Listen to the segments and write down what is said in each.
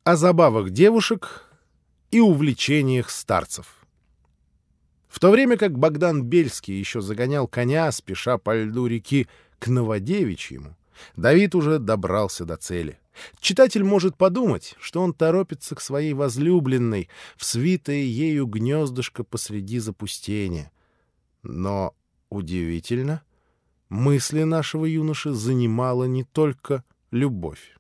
О забавах девушек и увлечениях старцев. В то время как Богдан Бельский еще загонял коня, спеша по льду реки к Новодевичьему, Давид уже добрался до цели. Читатель может подумать, что он торопится к своей возлюбленной в свитое ею гнездышко посреди запустения. Но, удивительно, мысли нашего юноши занимала не только любовь.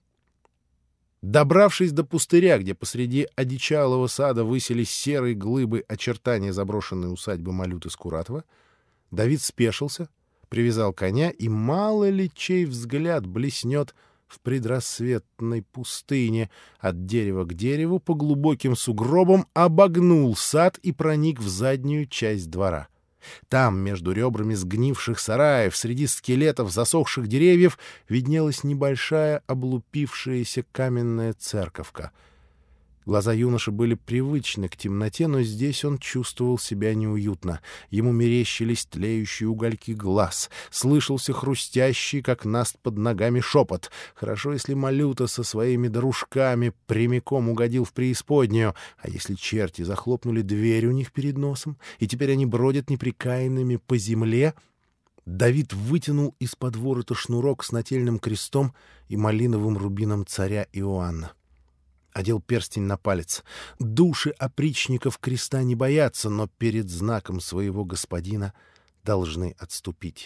Добравшись до пустыря, где посреди одичалого сада высились серые глыбы очертания заброшенной усадьбы Малюты Скуратова, Давид спешился, привязал коня, и мало ли чей взгляд блеснет в предрассветной пустыне, от дерева к дереву по глубоким сугробам обогнул сад и проник в заднюю часть двора. Там, между ребрами сгнивших сараев, среди скелетов засохших деревьев, виднелась небольшая облупившаяся каменная церковка. Глаза юноши были привычны к темноте, но здесь он чувствовал себя неуютно. Ему мерещились тлеющие угольки глаз, слышался хрустящий, как наст под ногами, шепот. Хорошо, если Малюта со своими дружками прямиком угодил в преисподнюю, а если черти захлопнули дверь у них перед носом, и теперь они бродят непрекаянными по земле. Давид вытянул из-под ворота шнурок с нательным крестом и малиновым рубином царя Иоанна. Одел перстень на палец. Души опричников креста не боятся, но перед знаком своего господина должны отступить.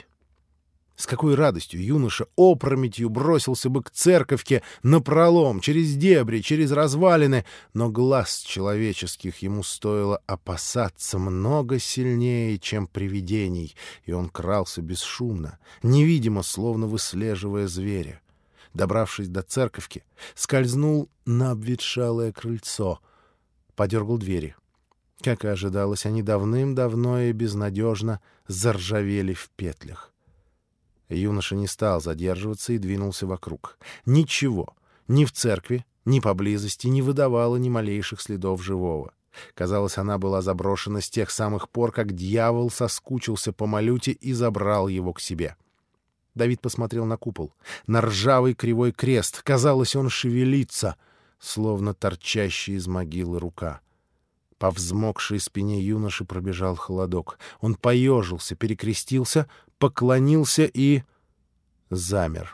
С какой радостью юноша опрометью бросился бы к церковке напролом, через дебри, через развалины, но глаз человеческих ему стоило опасаться много сильнее, чем привидений, и он крался бесшумно, невидимо, словно выслеживая зверя. Добравшись до церковки, скользнул на обветшалое крыльцо, подергал двери. Как и ожидалось, они давным-давно и безнадежно заржавели в петлях. Юноша не стал задерживаться и двинулся вокруг. Ничего, ни в церкви, ни поблизости не выдавало ни малейших следов живого. Казалось, она была заброшена с тех самых пор, как дьявол соскучился по Малюте и забрал его к себе. Давид посмотрел на купол, на ржавый кривой крест. Казалось, он шевелится, словно торчащий из могилы рука. По взмокшей спине юноши пробежал холодок. Он поежился, перекрестился, поклонился и замер.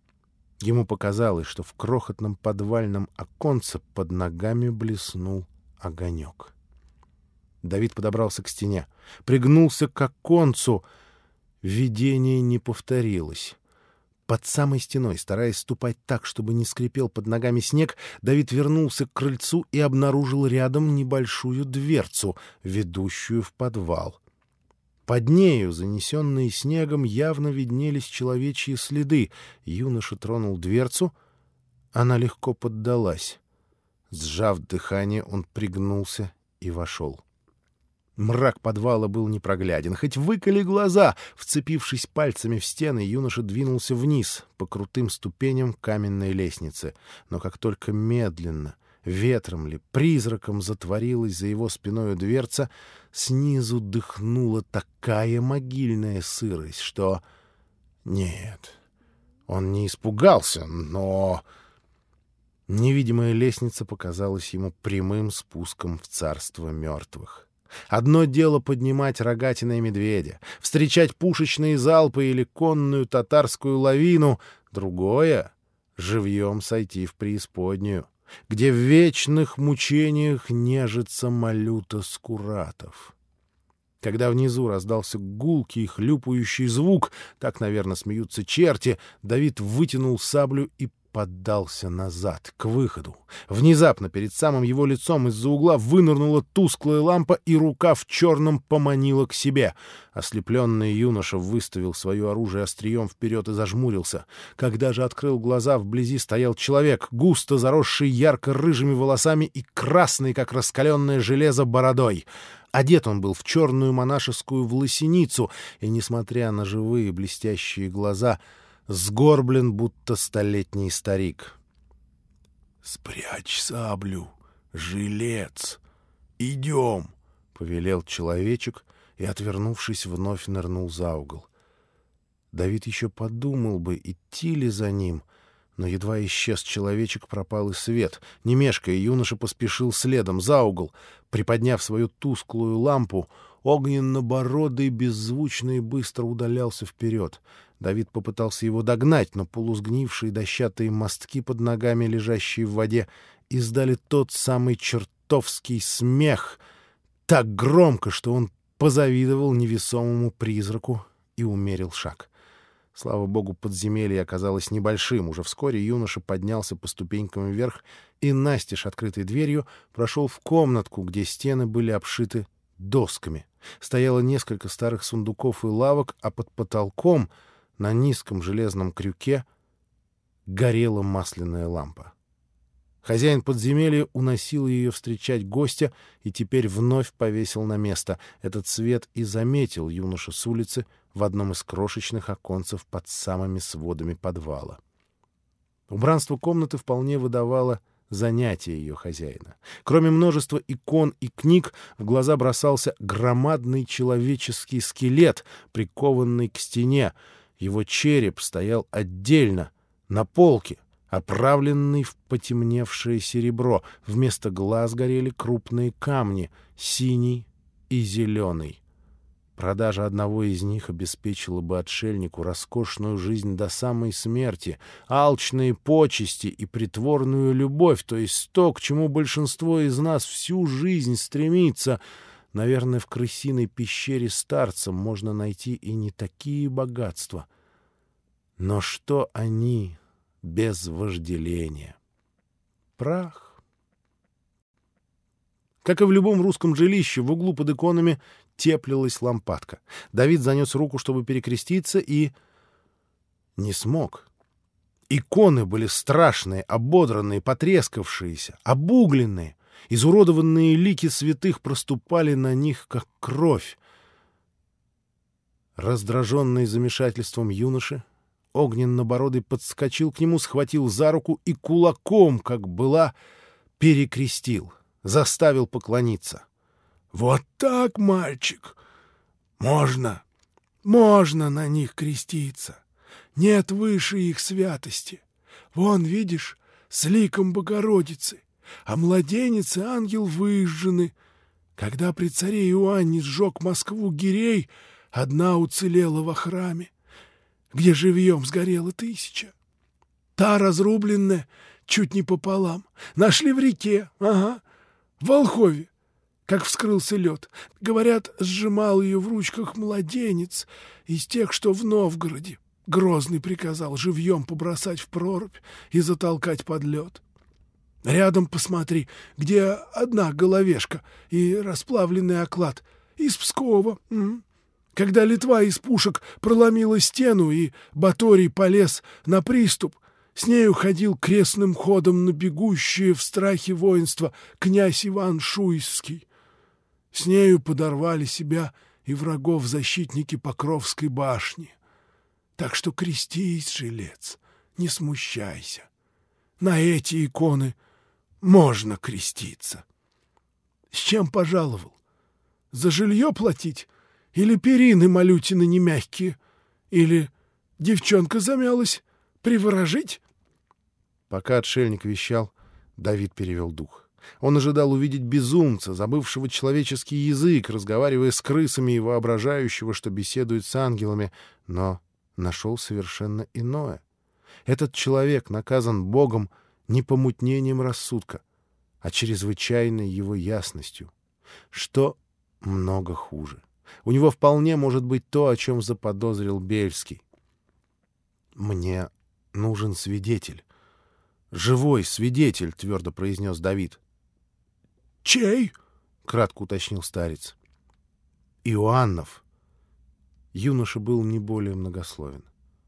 Ему показалось, что в крохотном подвальном оконце под ногами блеснул огонек. Давид подобрался к стене, пригнулся к оконцу. Видение не повторилось. Под самой стеной, стараясь ступать так, чтобы не скрипел под ногами снег, Давид вернулся к крыльцу и обнаружил рядом небольшую дверцу, ведущую в подвал. Под нею, занесенные снегом, явно виднелись человечьи следы. Юноша тронул дверцу. Она легко поддалась. Сжав дыхание, он пригнулся и вошел. Мрак подвала был непрогляден. Хоть выколи глаза! Вцепившись пальцами в стены, юноша двинулся вниз по крутым ступеням каменной лестницы. Но как только медленно, ветром ли, призраком затворилась за его спиною дверца, снизу дыхнула такая могильная сырость, что... Нет, он не испугался, но... Невидимая лестница показалась ему прямым спуском в царство мертвых. Одно дело поднимать рогатиной медведя, встречать пушечные залпы или конную татарскую лавину, другое — живьем сойти в преисподнюю, где в вечных мучениях нежится Малюта Скуратов. Когда внизу раздался гулкий хлюпающий звук, так, наверное, смеются черти, Давид вытянул саблю и поддался назад, к выходу. Внезапно перед самым его лицом из-за угла вынырнула тусклая лампа, и рука в черном поманила к себе. Ослепленный юноша выставил свое оружие острием вперед и зажмурился. Когда же открыл глаза, вблизи стоял человек, густо заросший ярко-рыжими волосами и красный, как раскаленное железо, бородой. Одет он был в черную монашескую власеницу, и, несмотря на живые блестящие глаза, сгорблен, будто столетний старик. — Спрячь саблю, жилец! Идем! — повелел человечек и, отвернувшись, вновь нырнул за угол. Давид еще подумал бы, идти ли за ним, Но едва исчез человечек, пропал и свет. Не мешкая, юноша поспешил следом, за угол. Приподняв свою тусклую лампу, огненно-бородый беззвучно и быстро удалялся вперед. Давид попытался его догнать, но полусгнившие дощатые мостки под ногами, лежащие в воде, издали тот самый чертовский смех так громко, что он позавидовал невесомому призраку и умерил шаг. Слава богу, подземелье оказалось небольшим. Уже вскоре юноша поднялся по ступенькам вверх и настежь открытой дверью прошел в комнатку, где стены были обшиты досками. Стояло несколько старых сундуков и лавок, а под потолком на низком железном крюке горела масляная лампа. Хозяин подземелья уносил ее встречать гостя и теперь вновь повесил на место. Этот свет и заметил юноша с улицы в одном из крошечных оконцев под самыми сводами подвала. Убранство комнаты вполне выдавало занятие ее хозяина. Кроме множества икон и книг, в глаза бросался громадный человеческий скелет, прикованный к стене. Его череп стоял отдельно, на полке, оправленный в потемневшее серебро. Вместо глаз горели крупные камни, синий и зеленый. Продажа одного из них обеспечила бы отшельнику роскошную жизнь до самой смерти, алчные почести и притворную любовь, то есть то, к чему большинство из нас всю жизнь стремится. Наверное, в крысиной пещере старца можно найти и не такие богатства. Но что они без вожделения? Прах. Как и в любом русском жилище, в углу под иконами теплилась лампадка. Давид занес руку, чтобы перекреститься, и не смог. Иконы были страшные, ободранные, потрескавшиеся, обугленные. Изуродованные лики святых проступали на них, как кровь. Раздраженный замешательством юноши, огненно-бородый подскочил к нему, схватил за руку и кулаком, как была, перекрестил, заставил поклониться. — Вот так, мальчик! Можно на них креститься. Нет выше их святости. Вон, видишь, с ликом Богородицы, а младенец и ангел выжжены. Когда при царе Иоанне сжег Москву гирей, одна уцелела во храме, где живьем сгорела 1000. Та разрубленная чуть не пополам. Нашли в реке, в Волхове, как вскрылся лед. Говорят, сжимал ее в ручках младенец из тех, что в Новгороде. Грозный приказал живьем побросать в прорубь и затолкать под лед. Рядом посмотри, где одна головешка и расплавленный оклад из Пскова. Когда Литва из пушек проломила стену, и Баторий полез на приступ, с нею ходил крестным ходом на бегущее в страхе воинство князь Иван Шуйский. С нею подорвали себя и врагов защитники Покровской башни. Так что крестись, жилец, не смущайся. На эти иконы можно креститься. С чем пожаловал? За жилье платить? Или перины малютины не мягкие? Или девчонка замялась? Приворожить? Пока отшельник вещал, Давид перевел дух. Он ожидал увидеть безумца, забывшего человеческий язык, разговаривая с крысами и воображающего, что беседует с ангелами, но нашел совершенно иное. Этот человек наказан Богом не помутнением рассудка, а чрезвычайной его ясностью, что много хуже. У него вполне может быть то, о чем заподозрил Бельский. «Мне нужен свидетель. Живой свидетель», — твердо произнес Давид. «Чей?» — кратко уточнил старец. «Иоаннов». Юноша был не более многословен.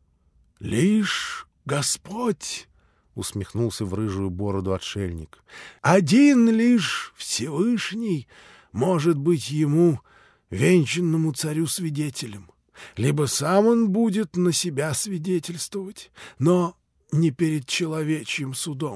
«Лишь Господь», — усмехнулся в рыжую бороду отшельник, — «один лишь Всевышний может быть ему, венчанному царю, свидетелем. Либо сам он будет на себя свидетельствовать, но не перед человечьим судом.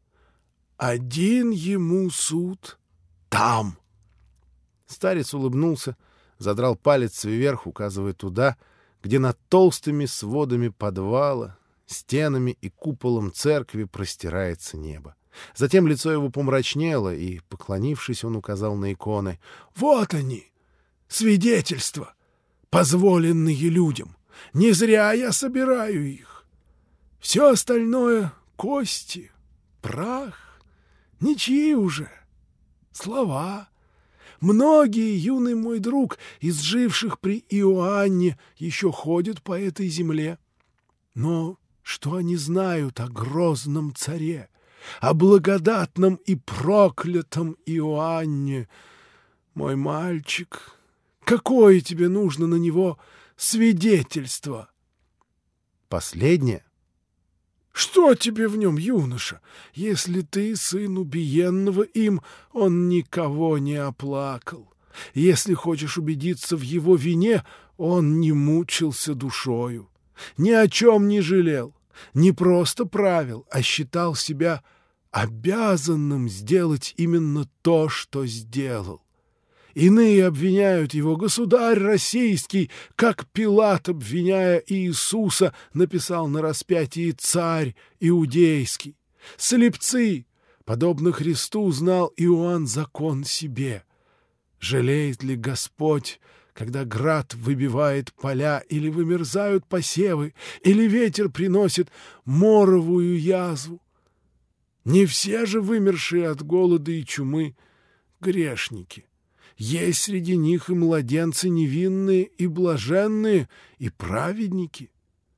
Один ему суд там». Старец улыбнулся, задрал палец вверх, указывая туда, где над толстыми сводами подвала Стенами и куполом церкви простирается небо. Затем лицо его помрачнело, и, поклонившись, он указал на иконы. «Вот они, свидетельства, позволенные людям. Не зря я собираю их. Все остальное — кости, прах, ничьи уже, слова. Многие, юный мой друг, из живших при Иоанне, еще ходят по этой земле. Но что они знают о грозном царе, о благодатном и проклятом Иоанне? Мой мальчик, какое тебе нужно на него свидетельство?» Последнее? «Что тебе в нем, юноша? Если ты сын убиенного им, он никого не оплакал. Если хочешь убедиться в его вине, он не мучился душою, ни о чем не жалел, не просто правил, а считал себя обязанным сделать именно то, что сделал. Иные обвиняют его: государь российский, как Пилат, обвиняя Иисуса, написал на распятии царь иудейский. Слепцы, подобно Христу, знал Иоанн закон себе. Жалеет ли Господь, когда град выбивает поля, или вымерзают посевы, или ветер приносит моровую язву? Не все же вымершие от голода и чумы грешники. Есть среди них и младенцы невинные, и блаженные, и праведники.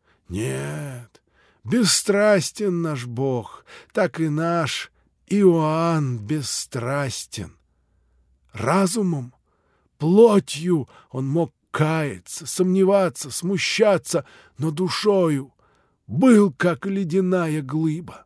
Нет, бесстрастен наш Бог, так и наш Иоанн бесстрастен. Разумом, плотью он мог каяться, сомневаться, смущаться, но душою был, как ледяная глыба.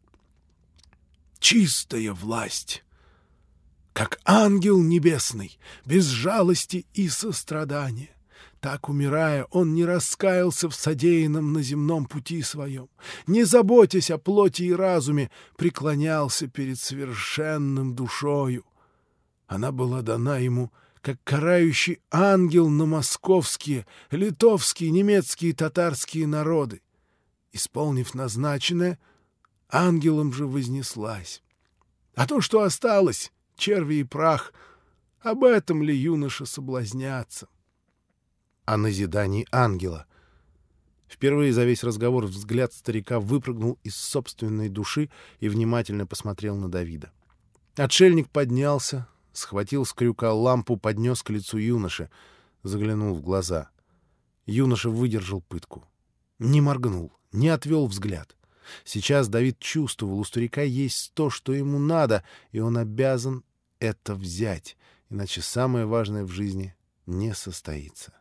Чистая власть, как ангел небесный, без жалости и сострадания. Так, умирая, он не раскаялся в содеянном на земном пути своем, не заботясь о плоти и разуме, преклонялся перед совершенным душою. Она была дана ему, как карающий ангел, на московские, литовские, немецкие и татарские народы. Исполнив назначенное, ангелом же вознеслась. А то, что осталось, черви и прах, об этом ли юноша соблазняться? О назидании ангела. Впервые за весь разговор взгляд старика выпрыгнул из собственной души и внимательно посмотрел на Давида. Отшельник поднялся, схватил с крюка лампу, поднес к лицу юноши, заглянул в глаза. Юноша выдержал пытку. Не моргнул, не отвел взгляд. Сейчас Давид чувствовал, у старика есть то, что ему надо, и он обязан это взять, иначе самое важное в жизни не состоится.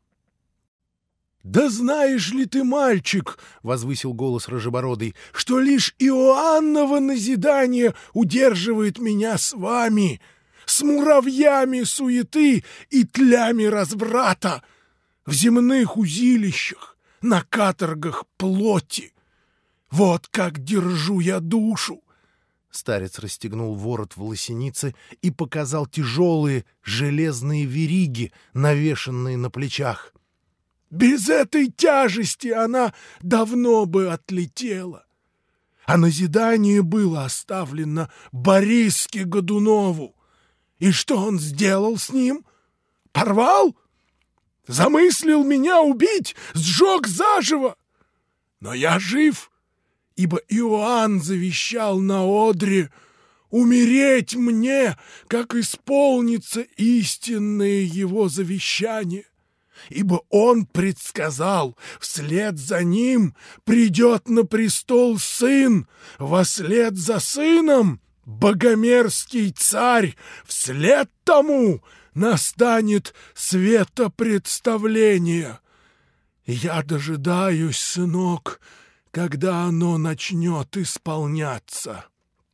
«Да знаешь ли ты, мальчик, — возвысил голос рыжебородый, — что лишь Иоанново назидание удерживает меня с вами, с муравьями суеты и тлями разврата, в земных узилищах, на каторгах плоти. Вот как держу я душу!» Старец расстегнул ворот волосеницы и показал тяжелые железные вериги, навешанные на плечах. «Без этой тяжести она давно бы отлетела. А назидание было оставлено Бориске Годунову. И что он сделал с ним? Порвал? Замыслил меня убить, сжег заживо. Но я жив, ибо Иоанн завещал на одре умереть мне, как исполнится истинное его завещание. Ибо он предсказал, вслед за ним придет на престол сын, вослед за сыном богомерзкий царь, вслед тому настанет светопредставление. Я дожидаюсь, сынок, когда оно начнет исполняться.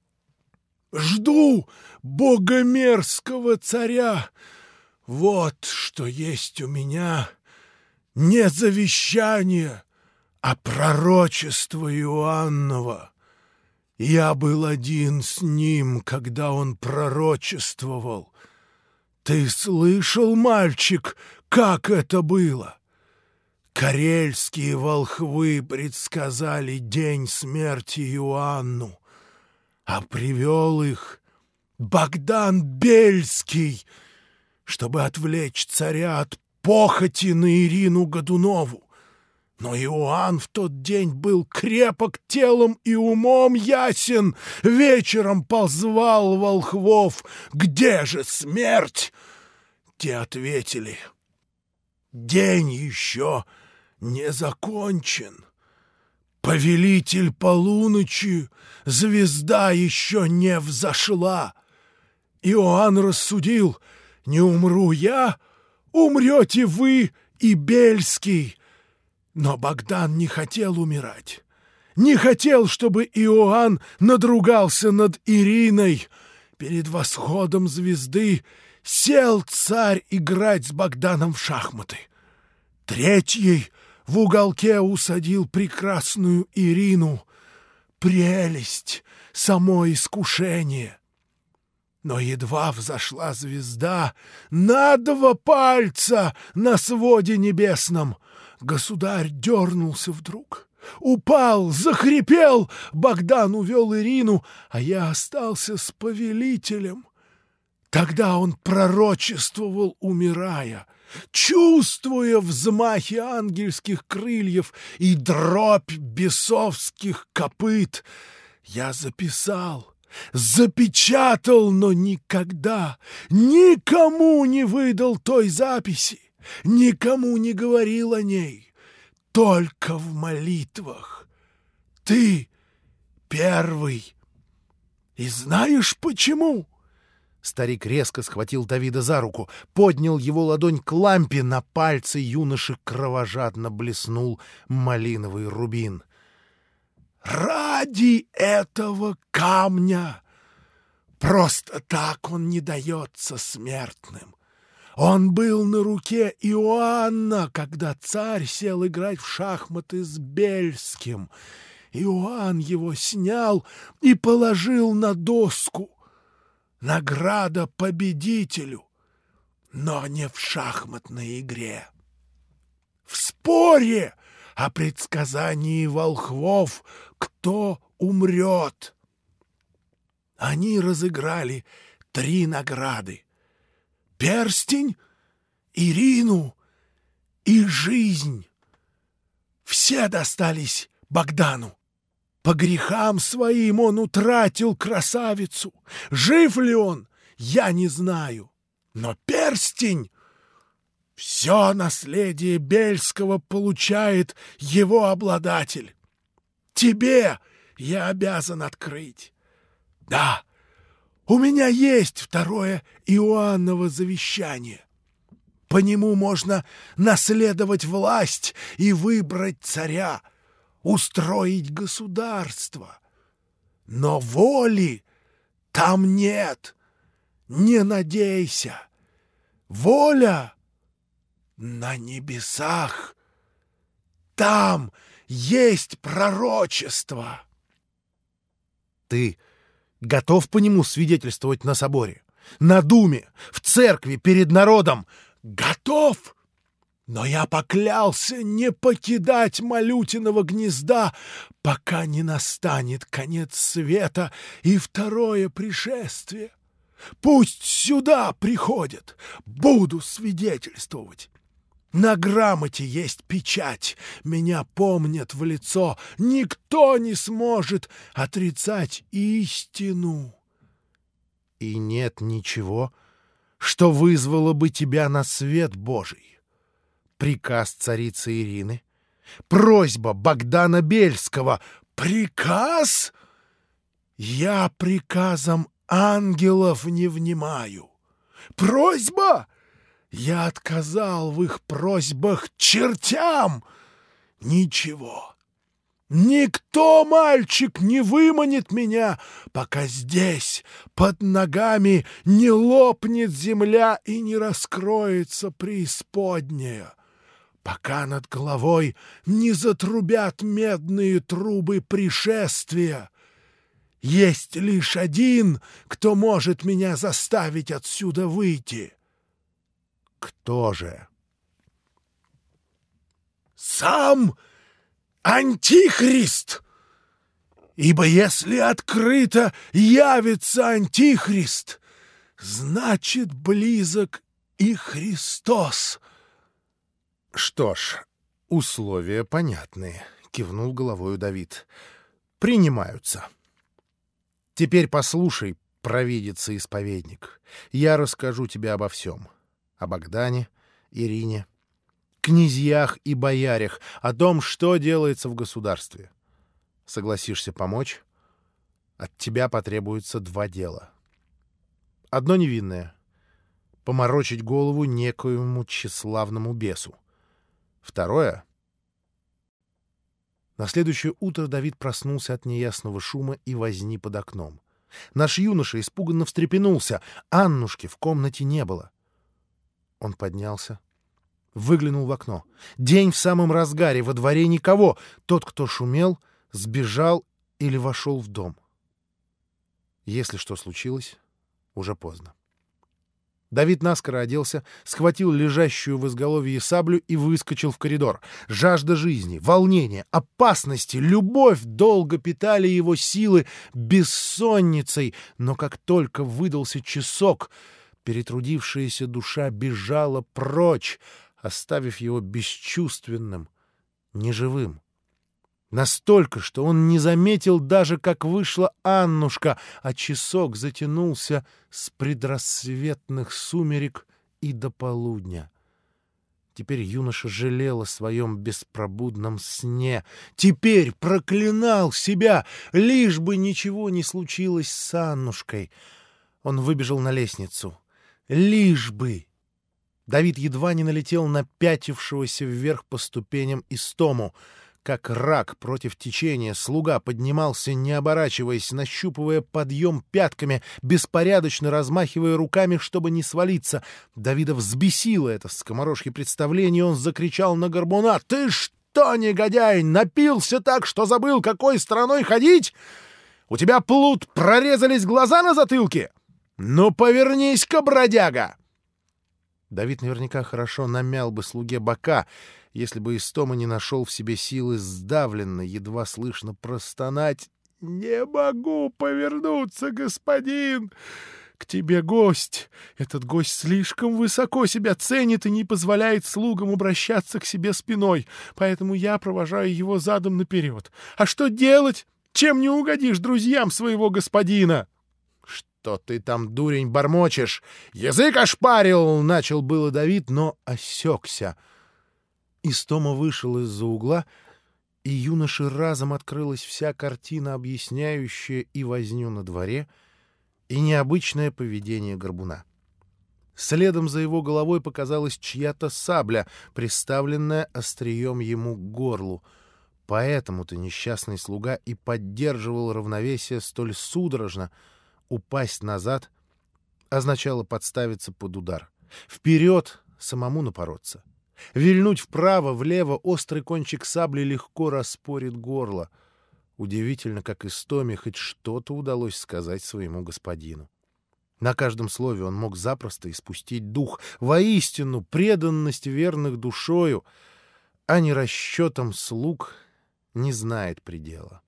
Жду богомерзкого царя. Вот что есть у меня не завещание, а пророчество Иоаннова. Я был один с ним, когда он пророчествовал. Ты слышал, мальчик, как это было? Карельские волхвы предсказали день смерти Иоанну, а привел их Богдан Бельский, чтобы отвлечь царя от похоти на Ирину Годунову. Но Иоанн в тот день был крепок телом и умом ясен. Вечером позвал волхвов: «Где же смерть?» Те ответили: «День еще не закончен. Повелитель полуночи, звезда еще не взошла». Иоанн рассудил: «Не умру я, умрете вы и Бельский». Но Богдан не хотел умирать. Не хотел, чтобы Иоанн надругался над Ириной. Перед восходом звезды сел царь играть с Богданом в шахматы. Третьей в уголке усадил прекрасную Ирину. Прелесть, само искушение. Но едва взошла звезда на 2 пальца на своде небесном, государь дернулся вдруг, упал, захрипел. Богдан увел Ирину, а я остался с повелителем. Тогда он пророчествовал, умирая, чувствуя взмахи ангельских крыльев и дробь бесовских копыт. Я запечатал, но никогда никому не выдал той записи, никому не говорил о ней, только в молитвах. Ты первый. И знаешь почему?» Старик резко схватил Давида за руку, поднял его ладонь к лампе, на пальце юноши кровожадно блеснул малиновый рубин. «Ради этого камня! Просто так он не дается смертным. Он был на руке Иоанна, когда царь сел играть в шахматы с Бельским. Иоанн его снял и положил на доску. Награда победителю, но не в шахматной игре. В споре о предсказании волхвов, кто умрет. Они разыграли 3 награды: перстень, Ирину и жизнь. Все достались Богдану. По грехам своим он утратил красавицу. Жив ли он, я не знаю. Но перстень... Все наследие Бельского получает его обладатель. Тебе я обязан открыть. Да, у меня есть 2 Иоанново завещание. По нему можно наследовать власть и выбрать царя, устроить государство. Но воли там нет. Не надейся. Воля на небесах. Там есть пророчество. Ты готов по нему свидетельствовать на соборе, на думе, в церкви, перед народом? Готов. Но я поклялся не покидать Малютиного гнезда, пока не настанет конец света и 2 пришествие. Пусть сюда приходят, буду свидетельствовать. На грамоте есть печать, меня помнят в лицо, никто не сможет отрицать истину. И нет ничего, что вызвало бы тебя на свет Божий. Приказ царицы Ирины, просьба Богдана Бельского. Приказ? Я приказом ангелов не внимаю. Просьба? Я отказал в их просьбах чертям. Ничего. Никто, мальчик, не выманит меня, пока здесь под ногами не лопнет земля и не раскроется преисподняя, пока над головой не затрубят медные трубы пришествия. Есть лишь один, кто может меня заставить отсюда выйти. Кто же? сам Антихрист. Ибо если открыто явится Антихрист, значит, близок и Христос. — Что ж, условия понятные, — кивнул головою Давид. — Принимаются. Теперь послушай, провидец и исповедник, я расскажу тебе обо всем. О Богдане, Ирине, князьях и боярях, о том, что делается в государстве. Согласишься помочь? От тебя потребуется 2 дела. Одно невинное — поморочить голову некоему тщеславному бесу. Второе. На следующее утро Давид проснулся от неясного шума и возни под окном. Наш юноша испуганно встрепенулся. Аннушки в комнате не было. Он поднялся, выглянул в окно. День в самом разгаре, во дворе никого. Тот, кто шумел, сбежал или вошел в дом. Если что случилось, уже поздно. Давид наскоро оделся, схватил лежащую в изголовье саблю и выскочил в коридор. Жажда жизни, волнение, опасности, любовь долго питали его силы бессонницей, но как только выдался часок, перетрудившаяся душа бежала прочь, оставив его бесчувственным, неживым. Настолько, что он не заметил даже, как вышла Аннушка, а часок затянулся с предрассветных сумерек и до полудня. Теперь юноша жалел о своем беспробудном сне. Теперь проклинал себя, лишь бы ничего не случилось с Аннушкой. Он выбежал на лестницу. Лишь бы! Давид едва не налетел на пятившегося вверх по ступеням Истому. Как рак против течения, слуга поднимался, не оборачиваясь, нащупывая подъем пятками, беспорядочно размахивая руками, чтобы не свалиться. Давида взбесило это скоморожье представление, он закричал на горбуна: «Ты что, негодяй, напился так, что забыл, какой стороной ходить? У тебя, плут, прорезались глаза на затылке? Ну, повернись-ка, бродяга!» Давид наверняка хорошо намял бы слуге бока, если бы Истома не нашел в себе силы сдавленно, едва слышно простонать: «Не могу повернуться, господин! К тебе гость. Этот гость слишком высоко себя ценит и не позволяет слугам обращаться к себе спиной, поэтому я провожаю его задом наперед. А что делать? Чем не угодишь друзьям своего господина?» «Что ты там, дурень, бормочешь? Язык ошпарил!» — начал было Давид, но осекся. Истома вышел из-за угла, и юноше разом открылась вся картина, объясняющая и возню на дворе, и необычное поведение горбуна. Следом за его головой показалась чья-то сабля, приставленная острием ему к горлу. Поэтому-то несчастный слуга и поддерживал равновесие столь судорожно. Упасть назад означало подставиться под удар. Вперед — самому напороться. Вильнуть вправо-влево острый кончик сабли легко распорит горло. Удивительно, как Истоме хоть что-то удалось сказать своему господину. На каждом слове он мог запросто испустить дух. Воистину, преданность верных душою, а не расчетом слуг, не знает предела.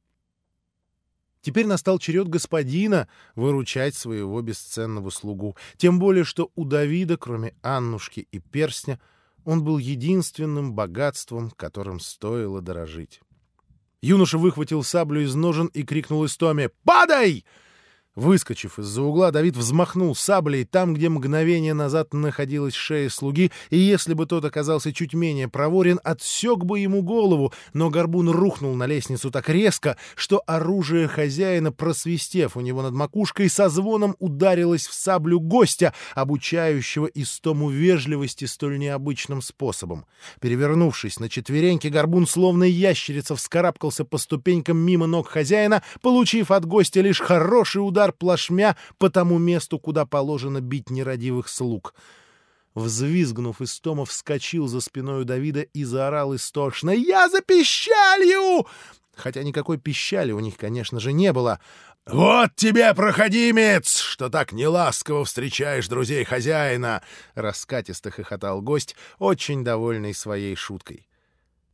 Теперь настал черед господина выручать своего бесценного слугу. Тем более, что у Давида, кроме Аннушки и перстня, он был единственным богатством, которым стоило дорожить. Юноша выхватил саблю из ножен и крикнул Истоме: «Падай!» Выскочив из-за угла, Давид взмахнул саблей там, где мгновение назад находилась шея слуги, и если бы тот оказался чуть менее проворен, отсек бы ему голову, но горбун рухнул на лестницу так резко, что оружие хозяина, просвистев у него над макушкой, со звоном ударилось в саблю гостя, обучающего Истому вежливости столь необычным способом. Перевернувшись на четвереньки, горбун, словно ящерица, вскарабкался по ступенькам мимо ног хозяина, получив от гостя лишь хороший удар плашмя по тому месту, куда положено бить нерадивых слуг. Взвизгнув, Истома вскочил за спиной Давида и заорал истошно: «Я за пищалью!» Хотя никакой пищали у них, конечно же, не было. «Вот тебе, проходимец, что так неласково встречаешь друзей хозяина!» — раскатисто хохотал гость, очень довольный своей шуткой.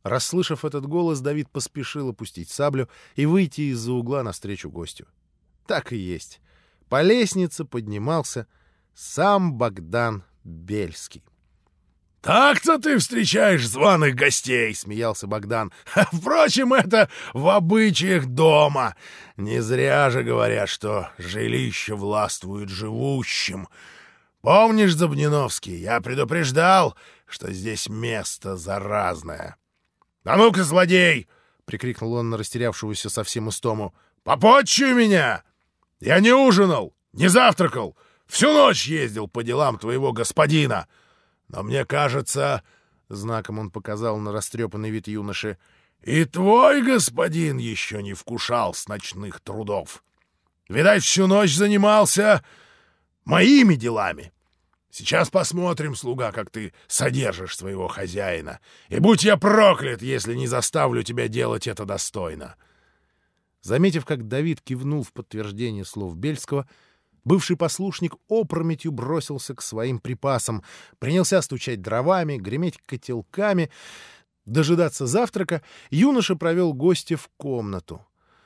Расслышав этот голос, Давид поспешил опустить саблю и выйти из-за угла навстречу гостю. Так и есть. По лестнице поднимался сам Богдан Бельский. «Так-то ты встречаешь званых гостей!» — смеялся Богдан. «Впрочем, это в обычаях дома. Не зря же говорят, что жилище властвует живущим. Помнишь, Забниновский, я предупреждал, что здесь место заразное. А ну-ка, злодей!» — прикрикнул он на растерявшегося совсем Истому. «Попотчуй меня! Я не ужинал, не завтракал, всю ночь ездил по делам твоего господина. Но мне кажется, — знаком он показал на растрепанный вид юноши, — и твой господин еще не вкушал с ночных трудов. Видать, всю ночь занимался моими делами. Сейчас посмотрим, слуга, как ты содержишь своего хозяина. И будь я проклят, если не заставлю тебя делать это достойно». Заметив, как Давид кивнул в подтверждение слов Бельского, бывший послушник опрометью бросился к своим припасам, принялся стучать дровами, греметь котелками. Дожидаться завтрака юноша провел гостя в комнату.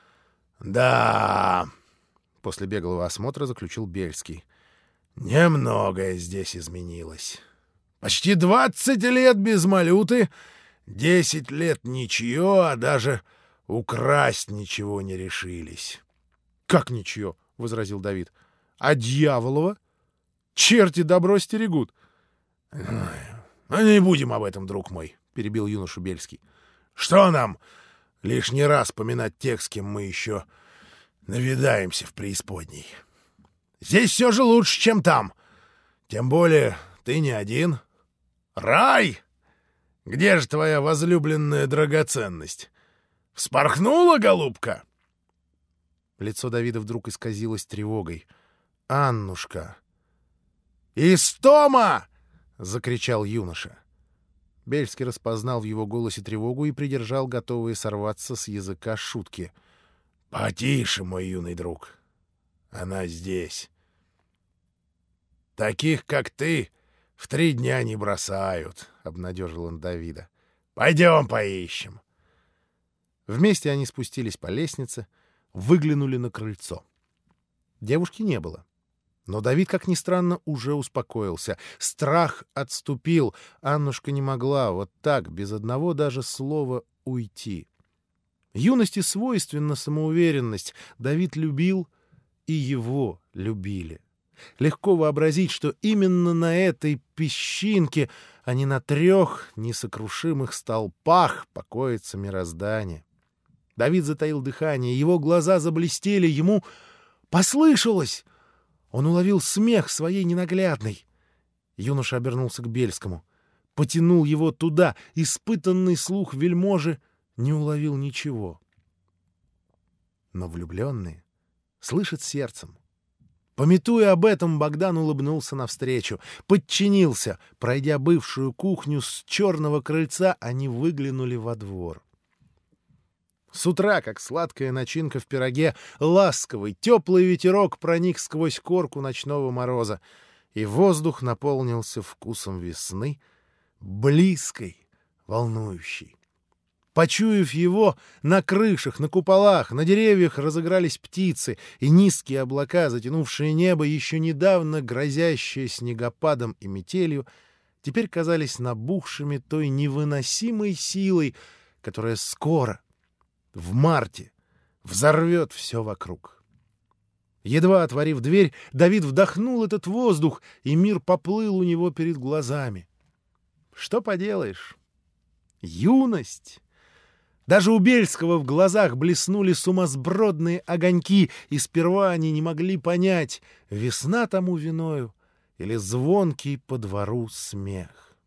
«Да», — после беглого осмотра заключил Бельский, — «немногое здесь изменилось. Почти 20 лет без малюты, 10 лет ничье, а даже украсть ничего не решились». «Как ничье?» — возразил Давид. «А дьяволова? Черти добро стерегут». «Ну, не будем об этом, друг мой», — перебил юношу Бельский. «Что нам лишний раз поминать тех, с кем мы еще навидаемся в преисподней? Здесь все же лучше, чем там. Тем более ты не один. Рай! Где же твоя возлюбленная драгоценность? Вспорхнула, голубка?» Лицо Давида вдруг исказилось тревогой. «Аннушка!» «Истома!» — закричал юноша. Бельский распознал в его голосе тревогу и придержал готовые сорваться с языка шутки. «Потише, мой юный друг. Она здесь. Таких, как ты, в 3 дня не бросают», — обнадежил он Давида. «Пойдем поищем». Вместе они спустились по лестнице, выглянули на крыльцо. Девушки не было. Но Давид, как ни странно, уже успокоился. Страх отступил. Аннушка не могла вот так, без одного даже слова, уйти. Юности свойственна самоуверенность. Давид любил, и его любили. Легко вообразить, что именно на этой песчинке, а не на 3 несокрушимых столпах покоится мироздание. Давид затаил дыхание, его глаза заблестели, ему послышалось. Он уловил смех своей ненаглядной. Юноша обернулся к Бельскому. Потянул его туда. Испытанный слух вельможи не уловил ничего. Но влюбленные слышат сердцем. Памятуя об этом, Богдан улыбнулся навстречу, подчинился. Пройдя бывшую кухню с черного крыльца, они выглянули во двор. С утра, как сладкая начинка в пироге, ласковый, теплый ветерок проник сквозь корку ночного мороза, и воздух наполнился вкусом весны, близкой, волнующей. Почуяв его, на крышах, на куполах, на деревьях разыгрались птицы, и низкие облака, затянувшие небо, еще недавно грозящие снегопадом и метелью, теперь казались набухшими той невыносимой силой, которая скоро, в марте, взорвет все вокруг. Едва отворив дверь, Давид вдохнул этот воздух, и мир поплыл у него перед глазами. Что поделаешь? Юность! Даже у Бельского в глазах блеснули сумасбродные огоньки, и сперва они не могли понять, весна тому виною или звонкий по двору смех.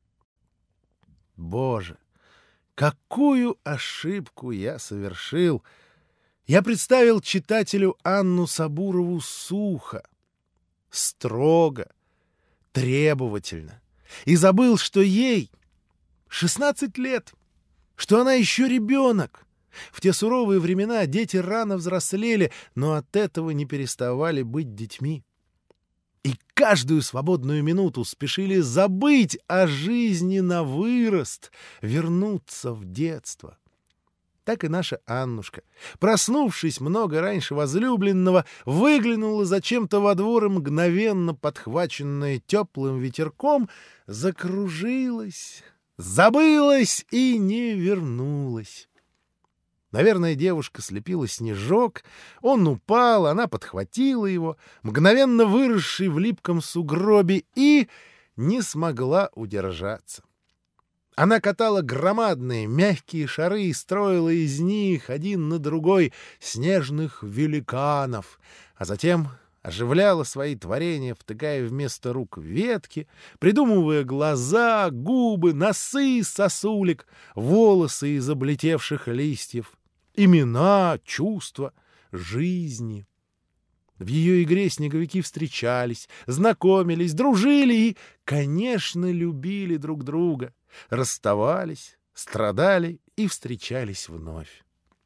Боже! Какую ошибку я совершил! Я представил читателю Анну Сабурову сухо, строго, требовательно, и забыл, что ей 16 лет, что она еще ребенок. В те суровые времена дети рано взрослели, но от этого не переставали быть детьми. и каждую свободную минуту спешили забыть о жизни на вырост, вернуться в детство. Так и наша Аннушка, проснувшись много раньше возлюбленного, выглянула зачем-то во двор и, мгновенно подхваченная теплым ветерком, закружилась, забылась и не вернулась. Наверное, девушка слепила снежок, он упал, она подхватила его, мгновенно выросший в липком сугробе, и не смогла удержаться. Она катала громадные мягкие шары и строила из них один на другой снежных великанов, а затем оживляла свои творения, втыкая вместо рук ветки, придумывая глаза, губы, носы из сосулек, волосы из облетевших листьев, имена, чувства, жизни. В ее игре снеговики встречались, знакомились, дружили и, конечно, любили друг друга, расставались, страдали и встречались вновь.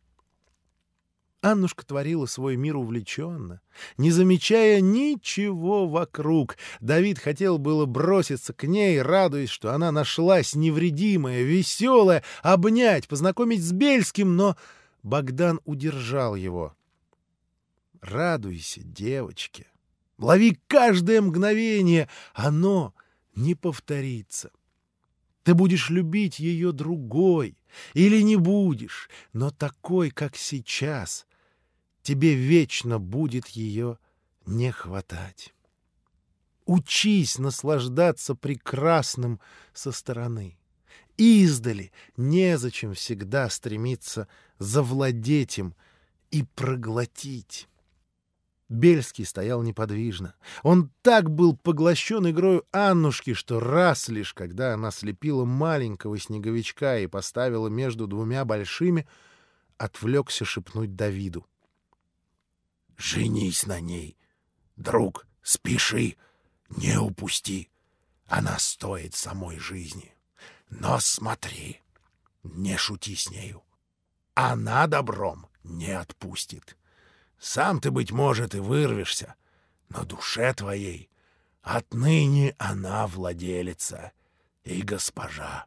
Аннушка творила свой мир увлеченно, не замечая ничего вокруг. Давид хотел было броситься к ней, радуясь, что она нашлась невредимая, веселая, обнять, познакомить с Бельским, но Богдан удержал его. «Радуйся, девочке, лови каждое мгновение, оно не повторится. Ты будешь любить ее другой или не будешь, но такой, как сейчас, тебе вечно будет ее не хватать. Учись наслаждаться прекрасным со стороны. Издали незачем всегда стремиться завладеть им и проглотить». Бельский стоял неподвижно. Он так был поглощен игрою Аннушки, что раз лишь, когда она слепила маленького снеговичка и поставила между двумя большими, отвлекся шепнуть Давиду: «Женись на ней, друг, спеши, не упусти. Она стоит самой жизни. Но смотри, не шути с нею. Она добром не отпустит. Сам ты, быть может, и вырвешься, но душе твоей отныне она владелица и госпожа».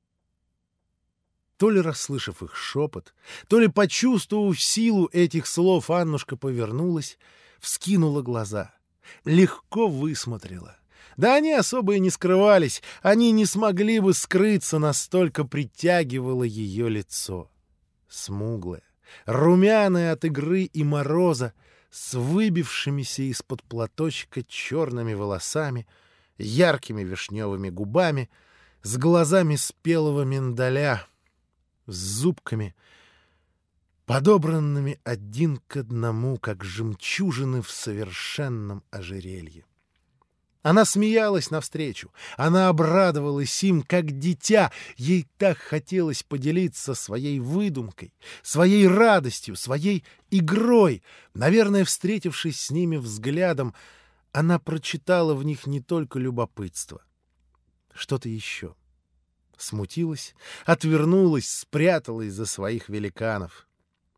То ли расслышав их шепот, то ли почувствовав силу этих слов, Аннушка повернулась, вскинула глаза, легко высмотрела. Да они особо и не скрывались, они не смогли бы скрыться, настолько притягивало ее лицо. Смуглое, румяная от игры и мороза, с выбившимися из-под платочка черными волосами, яркими вишневыми губами, с глазами спелого миндаля, с зубками, подобранными один к одному, как жемчужины в совершенном ожерелье. Она смеялась навстречу, она обрадовалась им, как дитя. Ей так хотелось поделиться своей выдумкой, своей радостью, своей игрой. Наверное, встретившись с ними взглядом, она прочитала в них не только любопытство, что-то еще. Смутилась, отвернулась, спряталась за своих великанов.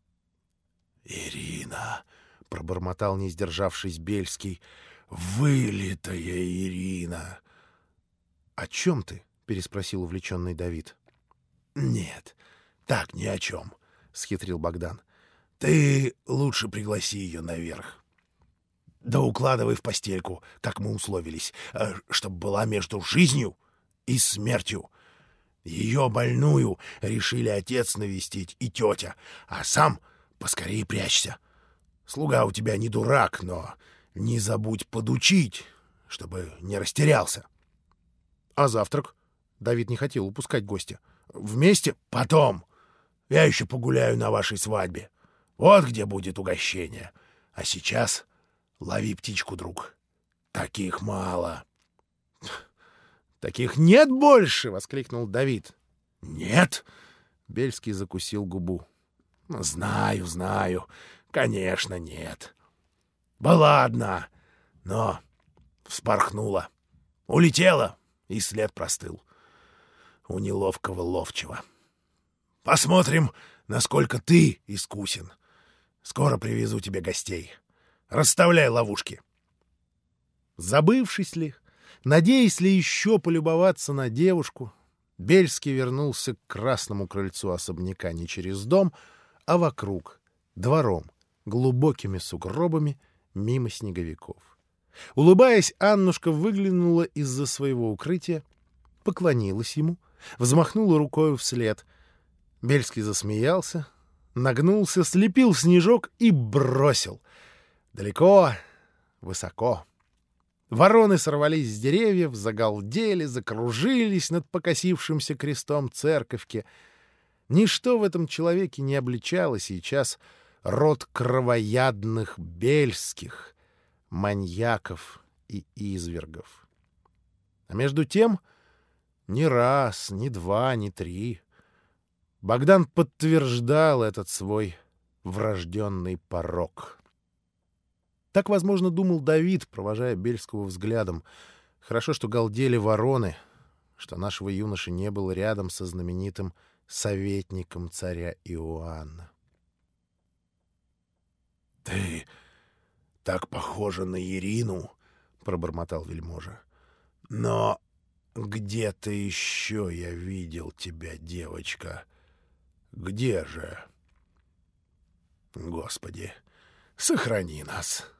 «Ирина!» — пробормотал, не сдержавшись, Бельский. «Вылитая Ирина!» «О чем ты?» — переспросил увлеченный Давид. «Нет, так ни о чем», — схитрил Богдан. «Ты лучше пригласи ее наверх. Да укладывай в постельку, как мы условились, чтоб была между жизнью и смертью. Ее больную решили отец навестить и тетя, а сам поскорее прячься. Слуга у тебя не дурак, но не забудь подучить, чтобы не растерялся». «А завтрак?» — Давид не хотел упускать гостя. «Вместе? Потом. Я еще погуляю на вашей свадьбе. Вот где будет угощение. А сейчас лови птичку, друг. Таких мало». «Таких нет больше!» — воскликнул Давид. «Нет?» — Бельский закусил губу. «Знаю, знаю. Конечно, нет. Была одна, но вспорхнула. Улетела, и след простыл. У неловкого ловчего. Посмотрим, насколько ты искусен. Скоро привезу тебе гостей. Расставляй ловушки». Забывшись ли, надеясь ли еще полюбоваться на девушку, Бельский вернулся к красному крыльцу особняка не через дом, а вокруг, двором, глубокими сугробами, мимо снеговиков. Улыбаясь, Аннушка выглянула из-за своего укрытия, поклонилась ему, взмахнула рукою вслед. Бельский засмеялся, нагнулся, слепил снежок и бросил. Далеко, высоко. Вороны сорвались с деревьев, загалдели, закружились над покосившимся крестом церковки. Ничто в этом человеке не обличало сейчас род кровоядных Бельских, маньяков и извергов. А между тем ни раз, ни два, ни три Богдан подтверждал этот свой врожденный порок. Так, возможно, думал Давид, провожая Бельского взглядом. Хорошо, что галдели вороны, что нашего юноши не было рядом со знаменитым советником царя Иоанна. — Ты так похожа на Ирину, — пробормотал вельможа. — Но где-то еще я видел тебя, девочка. Где же? Господи, сохрани нас.